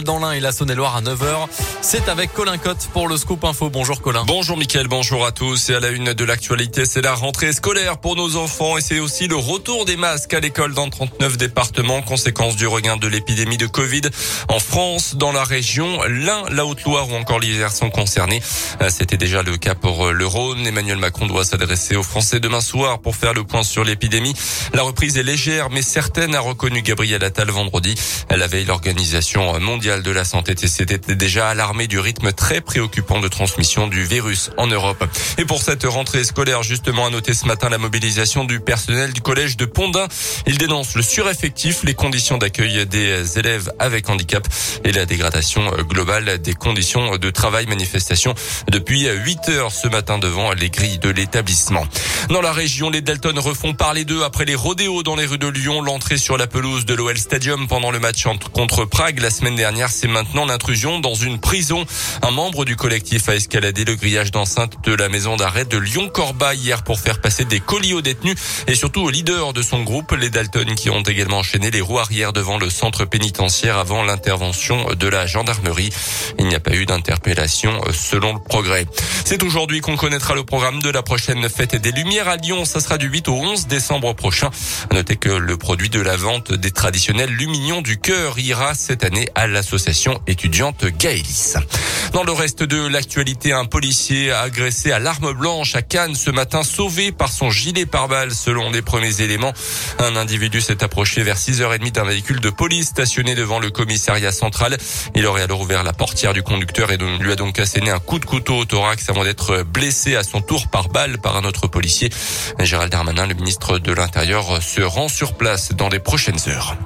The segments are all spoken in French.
dans l'Ain et la Saône-et-Loire à 9h. C'est avec Colin Cotte pour le Scoop Info. Bonjour Colin. Bonjour Mickaël, bonjour à tous. Et à la une de l'actualité, c'est la rentrée scolaire pour nos enfants et c'est aussi le retour des masques à l'école dans 39 départements, conséquence du regain de l'épidémie de Covid en France, dans la région. L'Ain, la Haute-Loire ou encore l'Isère sont concernés. C'était déjà le cas pour le Rhône. Emmanuel Macron doit s'adresser aux Français demain soir pour faire le point sur l'épidémie. La reprise est légère mais certaine, a reconnu Gabriel Attal vendredi. La veille, l'Organisation mondiale de la santé s'était déjà alarmée du rythme très préoccupant de transmission du virus en Europe. Et pour cette rentrée scolaire, justement, à noter ce matin la mobilisation du personnel du collège de Pondin. Il dénonce le sureffectif, les conditions d'accueil des élèves avec handicap et la dégradation globale des conditions de travail. Manifestation depuis 8 heures ce matin devant les grilles de l'établissement. Dans la région, les Dalton refont parler d'eux après les rodéos dans les rues de Lyon. L'entrée sur la pelouse de l'OL Stadium pendant le match contre Prague la semaine dernière, c'est maintenant l'intrusion dans une prison. Un membre du collectif a escaladé le grillage d'enceinte de la maison d'arrêt de Lyon-Corba hier pour faire passer des colis aux détenus et surtout aux leaders de son groupe, les Dalton, qui ont également enchaîné les roues arrière devant le centre pénitentiaire avant l'intervention de la gendarmerie. Il n'y a pas eu d'interpellation selon le Progrès. C'est aujourd'hui qu'on connaîtra le programme de la prochaine fête des Lumières à Lyon. Ça sera du 8 au 11 décembre prochain. Notez que le produit de la vente des traditionnels lumignons du cœur ira cette année à l'association étudiante Gaëlis. Dans le reste de l'actualité, un policier agressé à l'arme blanche à Cannes ce matin, sauvé par son gilet pare-balles selon les premiers éléments. Un individu s'est approché vers 6h30 d'un véhicule de police stationné devant le commissariat central. Il aurait alors ouvert la portière du conducteur et lui a donc asséné un coup de couteau au thorax avant d'être blessé à son tour par balle par un autre policier. Gérald Darmanin, le ministre de l'Intérieur, se rend sur place dans les prochaines heures.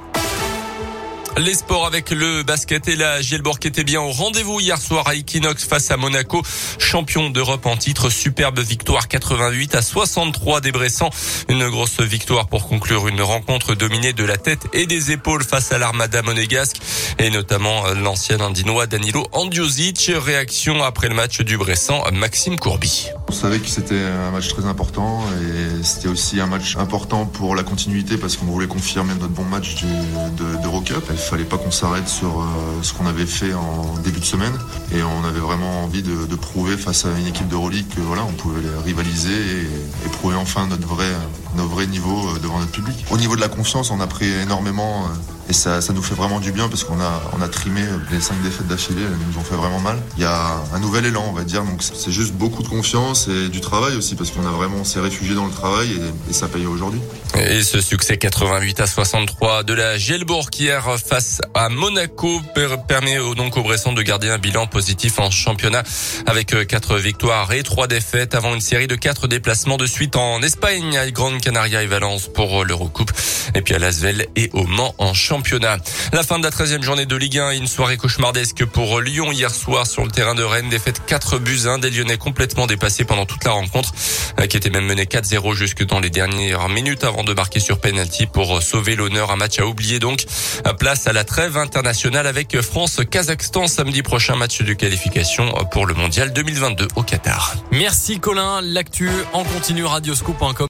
Les sports avec le basket et la Gielborg était bien au rendez-vous hier soir à Equinox face à Monaco, champion d'Europe en titre. Superbe victoire 88-63 des Bressans. Une grosse victoire pour conclure une rencontre dominée de la tête et des épaules face à l'Armada monégasque et notamment l'ancien Indinois Danilo Andjusic. Réaction après le match du Bressan, Maxime Courby. On savait que c'était un match très important et c'était aussi un match important pour la continuité parce qu'on voulait confirmer notre bon match d'Eurocup. Il fallait pas qu'on s'arrête sur ce qu'on avait fait en début de semaine et on avait vraiment envie de prouver face à une équipe d'Euroleague que voilà, on pouvait rivaliser et prouver enfin notre vrai niveau devant notre public. Au niveau de la confiance, on a pris énormément et ça nous fait vraiment du bien parce qu'on a trimé les 5 défaites d'affilée, elles nous ont fait vraiment mal. Il y a un nouvel élan, on va dire, donc c'est juste beaucoup de confiance et du travail aussi parce on s'est réfugié dans le travail et ça paye aujourd'hui. Et ce succès 88-63 de la Gielborg hier face à Monaco permet donc aux Bressans de garder un bilan positif en championnat avec 4 victoires et 3 défaites avant une série de 4 déplacements de suite en Espagne à Gran Canaria et Valence pour l'Eurocoupe et puis à Lasvel et au Mans en championnat. La fin de la 13e journée de Ligue 1 et une soirée cauchemardesque pour Lyon hier soir sur le terrain de Rennes. Défaite 4-1 des Lyonnais complètement dépassés pendant toute la rencontre qui était même menée 4-0 jusque dans les dernières minutes avant de marquer sur penalty pour sauver l'honneur. Un match à oublier donc. Place à la trêve internationale avec France-Kazakhstan samedi prochain, match de qualification pour le mondial 2022 au Qatar. Merci Colin. L'actu en continu radioscoop.com.